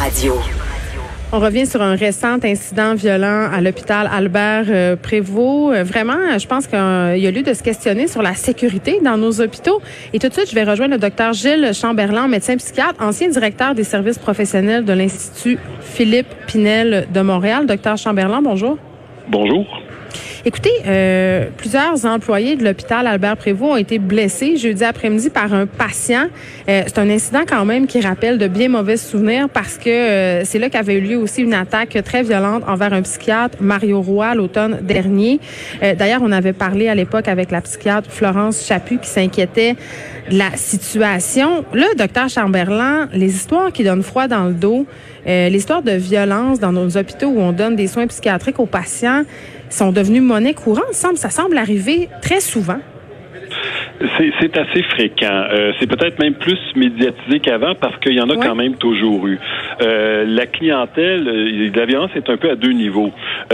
Radio. On revient sur un récent incident violent à l'hôpital Albert Prévost. Vraiment, je pense qu'il y a lieu de se questionner sur la sécurité dans nos hôpitaux. Et tout de suite, je vais rejoindre le docteur Gilles Chamberlain, médecin psychiatre, ancien directeur des services professionnels de l'Institut Philippe Pinel de Montréal. Docteur Chamberlain, bonjour. Bonjour. Écoutez, plusieurs employés de l'hôpital Albert Prévost ont été blessés jeudi après-midi par un patient. C'est un incident quand même qui rappelle de bien mauvais souvenirs parce que c'est là qu'avait eu lieu aussi une attaque très violente envers un psychiatre, Mario Roy, l'automne dernier. D'ailleurs, on avait parlé à l'époque avec la psychiatre Florence Chaput qui s'inquiétait de la situation. Là, docteur Chamberlain, les histoires qui donnent froid dans le dos, les histoires de violence dans nos hôpitaux où on donne des soins psychiatriques aux patients sont devenues monnaie courante. Ça semble arriver très souvent. C'est assez fréquent. C'est peut-être même plus médiatisé qu'avant parce qu'il y en a quand même toujours eu. La clientèle, la violence est un peu à deux niveaux.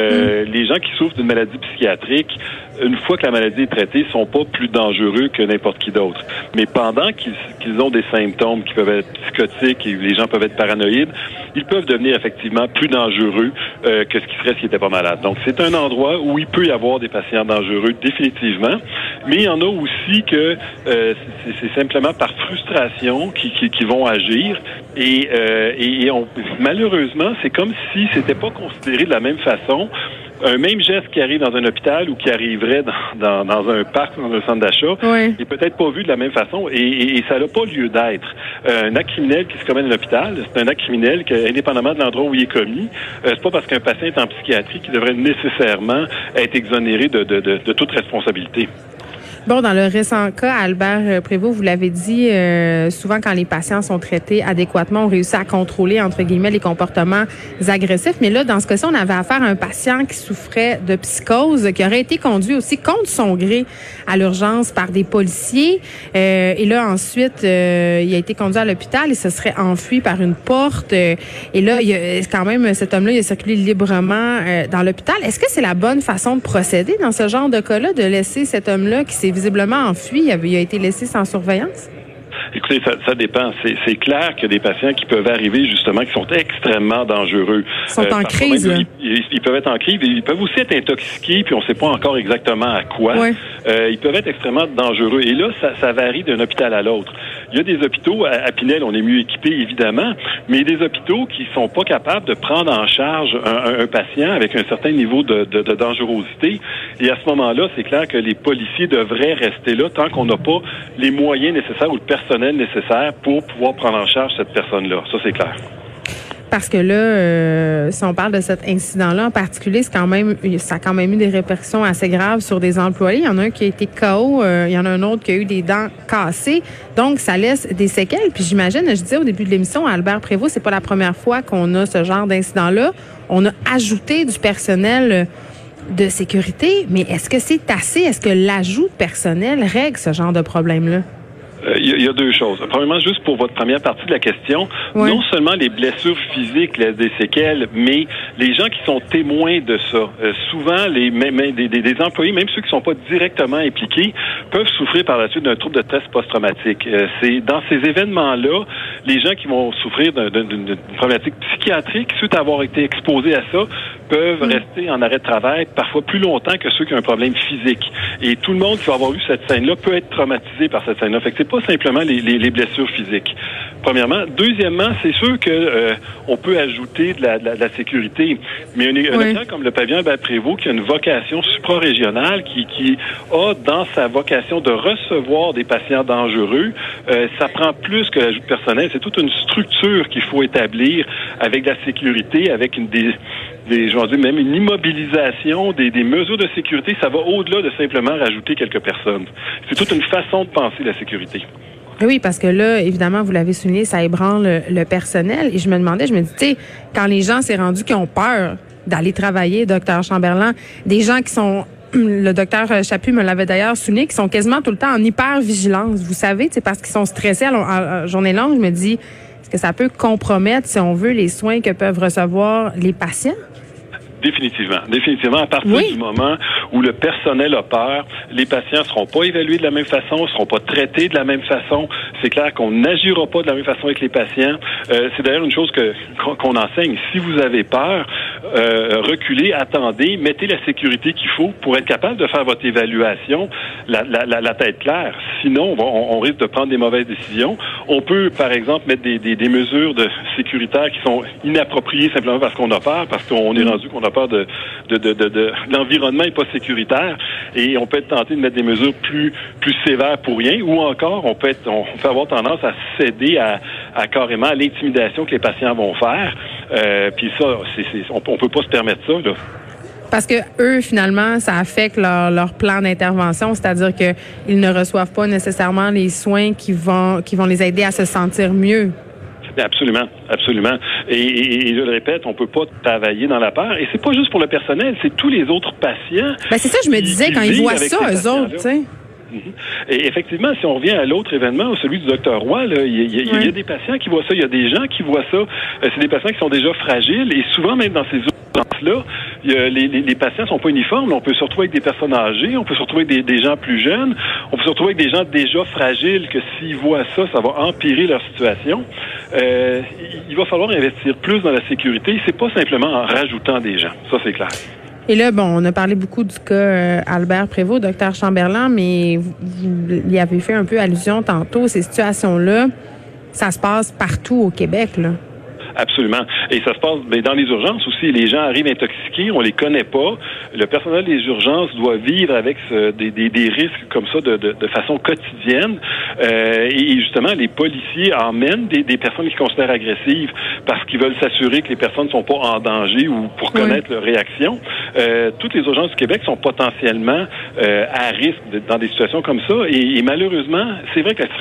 Les gens qui souffrent d'une maladie psychiatrique, une fois que la maladie est traitée, sont pas plus dangereux que n'importe qui d'autre. Mais pendant qu'ils ont des symptômes qui peuvent être psychotiques et les gens peuvent être paranoïdes, ils peuvent devenir effectivement plus dangereux que ce qui serait s'ils n'étaient pas malades. Donc, c'est un endroit où il peut y avoir des patients dangereux, définitivement. Mais il y en a aussi que c'est simplement par frustration qui vont agir. Et malheureusement, c'est comme si c'était pas considéré de la même façon. Un même geste qui arrive dans un hôpital ou qui arriverait dans un parc, dans un centre d'achat, est peut-être pas vu de la même façon et ça n'a pas lieu d'être. Un acte criminel qui se commet dans un hôpital, c'est un acte criminel qui, indépendamment de l'endroit où il est commis, c'est pas parce qu'un patient est en psychiatrie qu'il devrait nécessairement être exonéré de toute responsabilité. Bon, dans le récent cas, Albert Prévost, vous l'avez dit, souvent quand les patients sont traités adéquatement, on réussit à contrôler, entre guillemets, les comportements agressifs. Mais là, dans ce cas-ci, on avait affaire à un patient qui souffrait de psychose, qui aurait été conduit aussi contre son gré à l'urgence par des policiers. Et là, ensuite, il a été conduit à l'hôpital et se serait enfui par une porte. Et là, quand même, cet homme-là, il a circulé librement dans l'hôpital. Est-ce que c'est la bonne façon de procéder dans ce genre de cas-là, de laisser cet homme-là qui s'est visiblement enfui, il a été laissé sans surveillance? Écoutez, ça dépend. C'est clair qu'il y a des patients qui peuvent arriver, justement, qui sont extrêmement dangereux. Ils sont en crise, là. Ils peuvent être en crise. Ils peuvent aussi être intoxiqués, puis on ne sait pas encore exactement à quoi. Ouais. Ils peuvent être extrêmement dangereux. Et là, ça varie d'un hôpital à l'autre. Il y a des hôpitaux, à Pinel, on est mieux équipés, évidemment, mais il y a des hôpitaux qui sont pas capables de prendre en charge un patient avec un certain niveau de dangerosité. Et à ce moment-là, c'est clair que les policiers devraient rester là tant qu'on n'a pas les moyens nécessaires ou le personnel nécessaire pour pouvoir prendre en charge cette personne-là. Ça, c'est clair. Parce que là, si on parle de cet incident-là en particulier, ça a quand même eu des répercussions assez graves sur des employés. Il y en a un qui a été KO, il y en a un autre qui a eu des dents cassées. Donc, ça laisse des séquelles. Puis j'imagine, je disais au début de l'émission, à Albert Prévost, c'est pas la première fois qu'on a ce genre d'incident-là. On a ajouté du personnel de sécurité, mais est-ce que c'est assez? Est-ce que l'ajout de personnel règle ce genre de problème-là? Il y a deux choses. Premièrement, juste pour votre première partie de la question, non seulement les blessures physiques laissent des séquelles, mais les gens qui sont témoins de ça, souvent des employés, même ceux qui ne sont pas directement impliqués, peuvent souffrir par la suite d'un trouble de stress post-traumatique. C'est dans ces événements-là, les gens qui vont souffrir d'une problématique psychiatrique, suite à avoir été exposés à ça, peuvent rester en arrêt de travail parfois plus longtemps que ceux qui ont un problème physique. Et tout le monde qui va avoir vu cette scène-là peut être traumatisé par cette scène-là. Fait que c'est pas simplement les blessures physiques. Premièrement. Deuxièmement, c'est sûr que on peut ajouter de la sécurité. Mais un hôpital comme le pavillon Albert Prévost, qui a une vocation suprarégionale, qui a dans sa vocation de recevoir des patients dangereux, ça prend plus que l'ajout de personnel. C'est toute une structure qu'il faut établir avec de la sécurité, avec je vais dire même une immobilisation, des mesures de sécurité. Ça va au-delà de simplement rajouter quelques personnes. C'est toute une façon de penser la sécurité. Oui, parce que là, évidemment, vous l'avez souligné, ça ébranle le personnel. Et je me dis, tu sais, quand les gens s'est rendu qui ont peur d'aller travailler, docteur Chamberlain, des gens qui sont, le docteur Chaput me l'avait d'ailleurs souligné, qui sont quasiment tout le temps en hyper-vigilance. Vous savez, c'est parce qu'ils sont stressés à journée longue. Je me dis, est-ce que ça peut compromettre, si on veut, les soins que peuvent recevoir les patients? Définitivement. Définitivement, à partir du moment où le personnel a peur, les patients seront pas évalués de la même façon, seront pas traités de la même façon. C'est clair qu'on n'agira pas de la même façon avec les patients. C'est d'ailleurs une chose qu'on enseigne. Si vous avez peur, reculez, attendez, mettez la sécurité qu'il faut pour être capable de faire votre évaluation, la tête claire. Sinon, on risque de prendre des mauvaises décisions. On peut, par exemple, mettre des mesures de sécuritaires qui sont inappropriées simplement parce qu'on a peur, parce qu'on est rendu qu'on a peur de l'environnement n'est pas sécuritaire, et on peut être tenté de mettre des mesures plus sévères pour rien, ou encore on peut avoir tendance à céder à carrément à l'intimidation que les patients vont faire. Puis ça, on peut pas se permettre ça, là. Parce que eux, finalement, ça affecte leur plan d'intervention, c'est-à-dire que ils ne reçoivent pas nécessairement les soins qui vont les aider à se sentir mieux. Absolument, absolument. Et je le répète, on peut pas travailler dans la peur. Et c'est pas juste pour le personnel, c'est tous les autres patients. Ben c'est ça, je me disais quand ils voient ça, eux autres, tu sais. Et effectivement, si on revient à l'autre événement, celui du Dr Roy, là, il y a des patients qui voient ça, il y a des gens qui voient ça. C'est des patients qui sont déjà fragiles, et souvent même dans ces urgences-là, les patients sont pas uniformes. On peut se retrouver avec des personnes âgées, on peut se retrouver avec des gens plus jeunes, on peut se retrouver avec des gens déjà fragiles que s'ils voient ça, ça va empirer leur situation. Il va falloir investir plus dans la sécurité. C'est pas simplement en rajoutant des gens. Ça, c'est clair. Et là, bon, on a parlé beaucoup du cas Albert Prévost, Dr Chamberlain, mais vous y avez fait un peu allusion tantôt. Ces situations-là, ça se passe partout au Québec, là. Absolument. Et ça se passe dans les urgences aussi. Les gens arrivent intoxiqués, on les connaît pas. Le personnel des urgences doit vivre avec des risques comme ça de façon quotidienne. Et justement, les policiers emmènent des personnes qui considèrent agressives parce qu'ils veulent s'assurer que les personnes ne sont pas en danger ou pour connaître leur réaction. Toutes les urgences du Québec sont potentiellement à risque dans des situations comme ça. Et malheureusement, c'est vrai que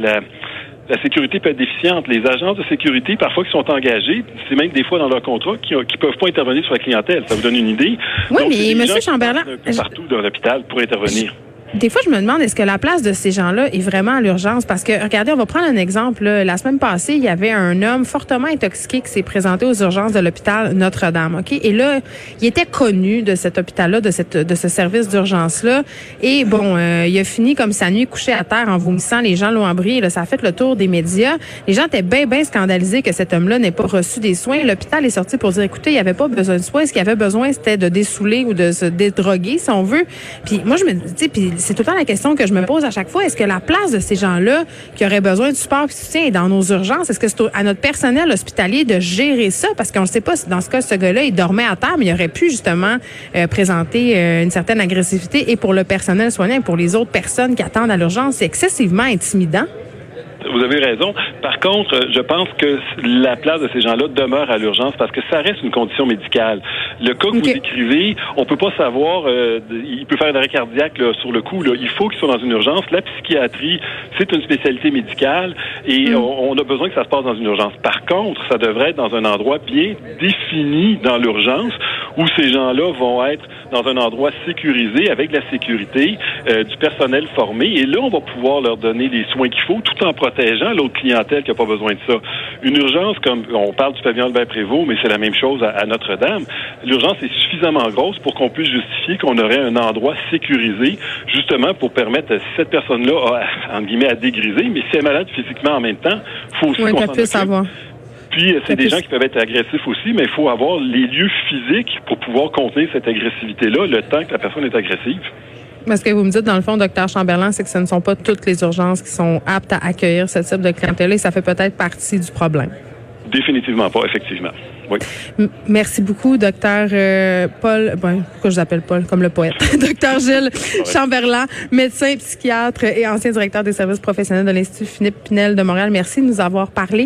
la sécurité peut être déficiente. Les agences de sécurité, parfois, qui sont engagées, c'est même des fois dans leur contrat, qui peuvent pas intervenir sur la clientèle. Ça vous donne une idée? Oui, donc, mais M. Chamberlain, partout dans l'hôpital pour intervenir. Des fois, je me demande, est-ce que la place de ces gens-là est vraiment à l'urgence? Parce que, regardez, on va prendre un exemple. Là. La semaine passée, il y avait un homme fortement intoxiqué qui s'est présenté aux urgences de l'hôpital Notre-Dame. OK? Et là, il était connu de cet hôpital-là, de ce service d'urgence-là. Et bon, il a fini comme sa nuit couché à terre en vomissant. Les gens l'ont embrayé. Là, ça a fait le tour des médias. Les gens étaient bien scandalisés que cet homme-là n'ait pas reçu des soins. L'hôpital est sorti pour dire, écoutez, il n'y avait pas besoin de soins. Ce qu'il avait besoin, c'était de dessouler ou de se dédroguer, si on veut. Puis moi, je me dis, puis c'est tout le temps la question que je me pose à chaque fois. Est-ce que la place de ces gens-là qui auraient besoin de support et de soutien est dans nos urgences? Est-ce que c'est à notre personnel hospitalier de gérer ça? Parce qu'on ne sait pas si dans ce cas, ce gars-là, il dormait à terre, mais il aurait pu justement présenter une certaine agressivité. Et pour le personnel soignant et pour les autres personnes qui attendent à l'urgence, c'est excessivement intimidant. Vous avez raison. Par contre, je pense que la place de ces gens-là demeure à l'urgence parce que ça reste une condition médicale. Le cas que vous décrivez, on peut pas savoir, il peut faire un arrêt cardiaque là, sur le coup. Là. Il faut qu'il soit dans une urgence. La psychiatrie, c'est une spécialité médicale et on a besoin que ça se passe dans une urgence. Par contre, ça devrait être dans un endroit bien défini dans l'urgence où ces gens-là vont être dans un endroit sécurisé avec la sécurité du personnel formé. Et là, on va pouvoir leur donner les soins qu'il faut tout en protégeant l'autre clientèle qui n'a pas besoin de ça. Une urgence, comme on parle du pavillon Albert Prévost, mais c'est la même chose à Notre-Dame. L'urgence est suffisamment grosse pour qu'on puisse justifier qu'on aurait un endroit sécurisé, justement pour permettre à cette personne-là, entre guillemets, à dégriser, mais si elle est malade physiquement en même temps, il faut aussi qu'on s'en occupe. Savoir. Puis, c'est des gens qui peuvent être agressifs aussi, mais il faut avoir les lieux physiques pour pouvoir contenir cette agressivité-là le temps que la personne est agressive. Mais ce que vous me dites, dans le fond, Dr Chamberlain, c'est que ce ne sont pas toutes les urgences qui sont aptes à accueillir ce type de clientèle et ça fait peut-être partie du problème. Définitivement pas, effectivement. Oui. Merci beaucoup, Dr Paul. Pourquoi je vous appelle Paul, comme le poète? Dr Gilles Chamberlain, médecin, psychiatre et ancien directeur des services professionnels de l'Institut Philippe Pinel de Montréal. Merci de nous avoir parlé.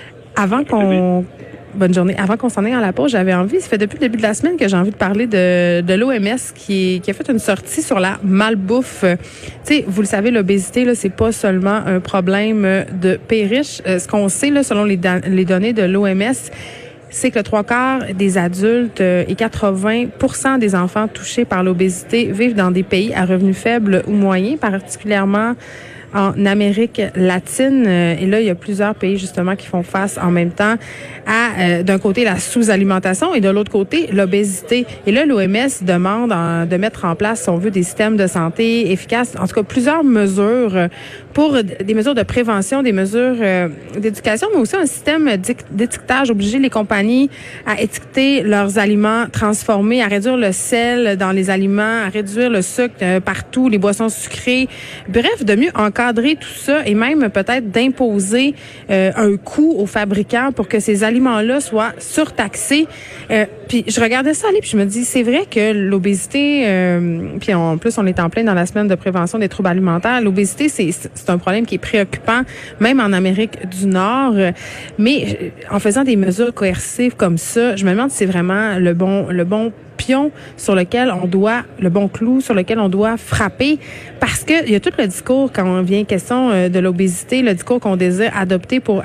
Bonne journée. Avant qu'on s'en aille à la pause, j'avais envie, ça fait depuis le début de la semaine que j'ai envie de parler de l'OMS qui a fait une sortie sur la malbouffe. Tu sais, vous le savez, l'obésité, là, c'est pas seulement un problème de pays riches. Ce qu'on sait, là, selon les données de l'OMS, c'est que le 3/4 des adultes et 80% des enfants touchés par l'obésité vivent dans des pays à revenus faibles ou moyens, particulièrement en Amérique latine. Et là, il y a plusieurs pays justement qui font face en même temps à, d'un côté, la sous-alimentation et de l'autre côté, l'obésité. Et là, l'OMS demande de mettre en place, si on veut, des systèmes de santé efficaces. En tout cas, plusieurs mesures pour des mesures de prévention, des mesures d'éducation, mais aussi un système d'étiquetage, obliger les compagnies à étiqueter leurs aliments transformés, à réduire le sel dans les aliments, à réduire le sucre partout, les boissons sucrées. Bref, de mieux encadrer tout ça et même peut-être d'imposer un coût aux fabricants pour que ces aliments-là soient surtaxés. Puis je regardais ça aller, puis je me dis, c'est vrai que l'obésité, puis en plus on est en plein dans la semaine de prévention des troubles alimentaires, l'obésité c'est un problème qui est préoccupant, même en Amérique du Nord. Mais en faisant des mesures coercitives comme ça, je me demande si c'est vraiment le bon pion sur lequel on doit, le bon clou sur lequel on doit frapper, parce que il y a tout le discours quand on vient question de l'obésité, le discours qu'on désire adopter pour,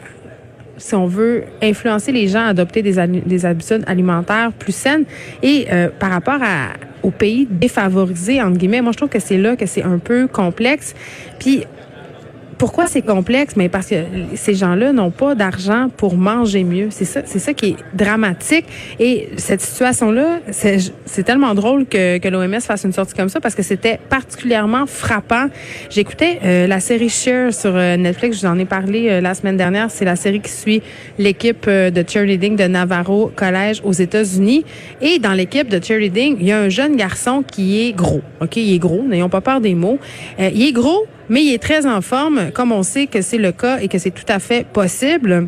si on veut, influencer les gens à adopter des habitudes alimentaires plus saines. Et par rapport aux pays défavorisés, entre guillemets, moi je trouve que c'est là que c'est un peu complexe. Puis pourquoi c'est complexe? Mais parce que ces gens-là n'ont pas d'argent pour manger mieux. C'est ça qui est dramatique. Et cette situation-là, c'est tellement drôle que l'OMS fasse une sortie comme ça parce que c'était particulièrement frappant. J'écoutais la série Share sur Netflix. Je vous en ai parlé la semaine dernière. C'est la série qui suit l'équipe de cheerleading de Navarro College aux États-Unis. Et dans l'équipe de cheerleading, il y a un jeune garçon qui est gros. OK, il est gros. N'ayons pas peur des mots. Il est gros, mais il est très en forme, comme on sait que c'est le cas et que c'est tout à fait possible.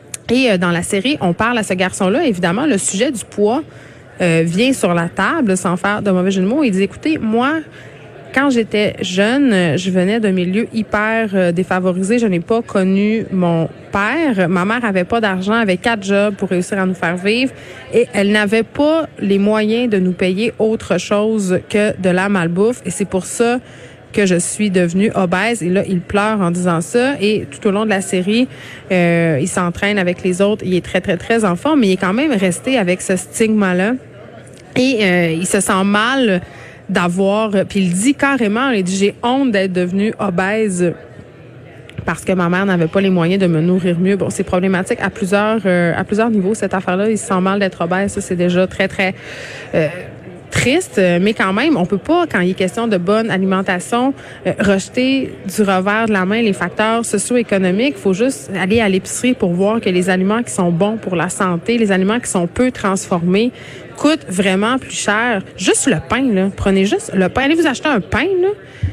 Et dans la série, on parle à ce garçon-là. Évidemment, le sujet du poids vient sur la table, sans faire de mauvais jeu de mots. Il dit, écoutez, moi, quand j'étais jeune, je venais d'un milieu hyper défavorisé. Je n'ai pas connu mon père. Ma mère avait pas d'argent, avait 4 jobs pour réussir à nous faire vivre. Et elle n'avait pas les moyens de nous payer autre chose que de la malbouffe. Et c'est pour ça que je suis devenue obèse. Et là, il pleure en disant ça. Et tout au long de la série, il s'entraîne avec les autres. Il est très, très, très en forme, mais il est quand même resté avec ce stigma-là. Et il se sent mal d'avoir... Puis il dit carrément, il dit, j'ai honte d'être devenue obèse parce que ma mère n'avait pas les moyens de me nourrir mieux. Bon, c'est problématique à plusieurs niveaux, cette affaire-là. Il se sent mal d'être obèse. Ça, c'est déjà très, très... triste, mais quand même, on peut pas, quand il est question de bonne alimentation, rejeter du revers de la main les facteurs socio-économiques. Il faut juste aller à l'épicerie pour voir que les aliments qui sont bons pour la santé, les aliments qui sont peu transformés, coûtent vraiment plus cher. Juste le pain, là. Prenez juste le pain. Allez vous acheter un pain, là.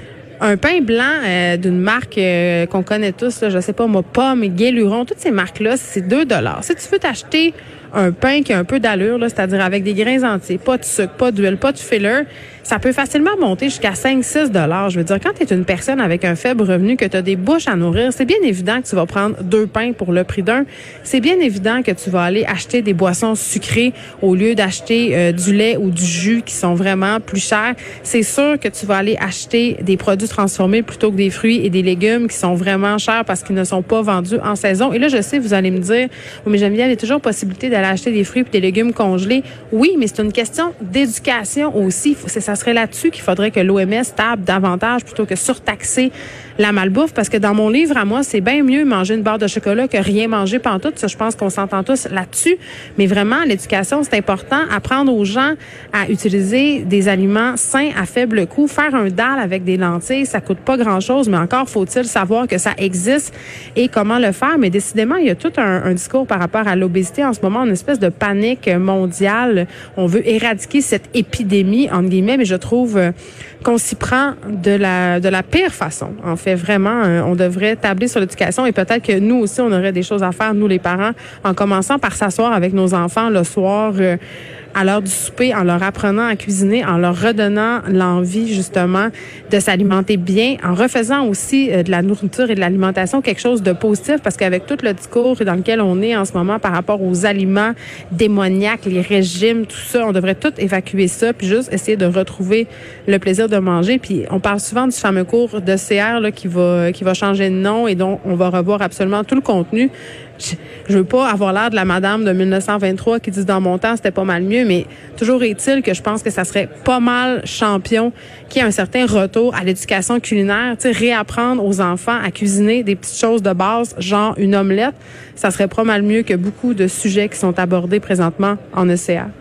Un pain blanc d'une marque qu'on connaît tous, là, je sais pas moi, Pomme, Guéluron, toutes ces marques-là, c'est 2 $. Si tu veux t'acheter un pain qui a un peu d'allure, là, c'est-à-dire avec des grains entiers, pas de sucre, pas d'huile, pas de filler, ça peut facilement monter jusqu'à 5-6 $. Je veux dire, quand tu es une personne avec un faible revenu, que tu as des bouches à nourrir, c'est bien évident que tu vas prendre 2 pains pour le prix d'un. C'est bien évident que tu vas aller acheter des boissons sucrées au lieu d'acheter du lait ou du jus qui sont vraiment plus chers. C'est sûr que tu vas aller acheter des produits transformés plutôt que des fruits et des légumes qui sont vraiment chers parce qu'ils ne sont pas vendus en saison. Et là, je sais, vous allez me dire, oui, mais Geneviève, il y a toujours possibilité d'aller acheter des fruits et des légumes congelés. Oui, mais c'est une question d'éducation aussi. Ça serait là-dessus qu'il faudrait que l'OMS table davantage plutôt que surtaxer la malbouffe, parce que dans mon livre à moi, c'est bien mieux manger une barre de chocolat que rien manger pantoute. Ça, je pense qu'on s'entend tous là-dessus. Mais vraiment, l'éducation, c'est important. Apprendre aux gens à utiliser des aliments sains à faible coût. Faire un dalle avec des lentilles, ça coûte pas grand-chose, mais encore faut-il savoir que ça existe et comment le faire. Mais décidément, il y a tout un discours par rapport à l'obésité en ce moment, une espèce de panique mondiale. On veut éradiquer cette épidémie, entre guillemets, mais je trouve qu'on s'y prend de la pire façon. En fait, vraiment, on devrait tabler sur l'éducation et peut-être que nous aussi, on aurait des choses à faire, nous les parents, en commençant par s'asseoir avec nos enfants le soir à l'heure du souper, en leur apprenant à cuisiner, en leur redonnant l'envie justement de s'alimenter bien, en refaisant aussi de la nourriture et de l'alimentation quelque chose de positif, parce qu'avec tout le discours dans lequel on est en ce moment par rapport aux aliments démoniaques, les régimes, tout ça, on devrait tout évacuer ça, puis juste essayer de retrouver le plaisir de manger. Puis on parle souvent du fameux cours de CR là, qui va changer de nom et dont on va revoir absolument tout le contenu. Je veux pas avoir l'air de la madame de 1923 qui dit dans mon temps c'était pas mal mieux. mieux, mais toujours est-il que je pense que ça serait pas mal champion qu'il y ait un certain retour à l'éducation culinaire, tu sais, réapprendre aux enfants à cuisiner des petites choses de base, genre une omelette, ça serait pas mal mieux que beaucoup de sujets qui sont abordés présentement en ECA.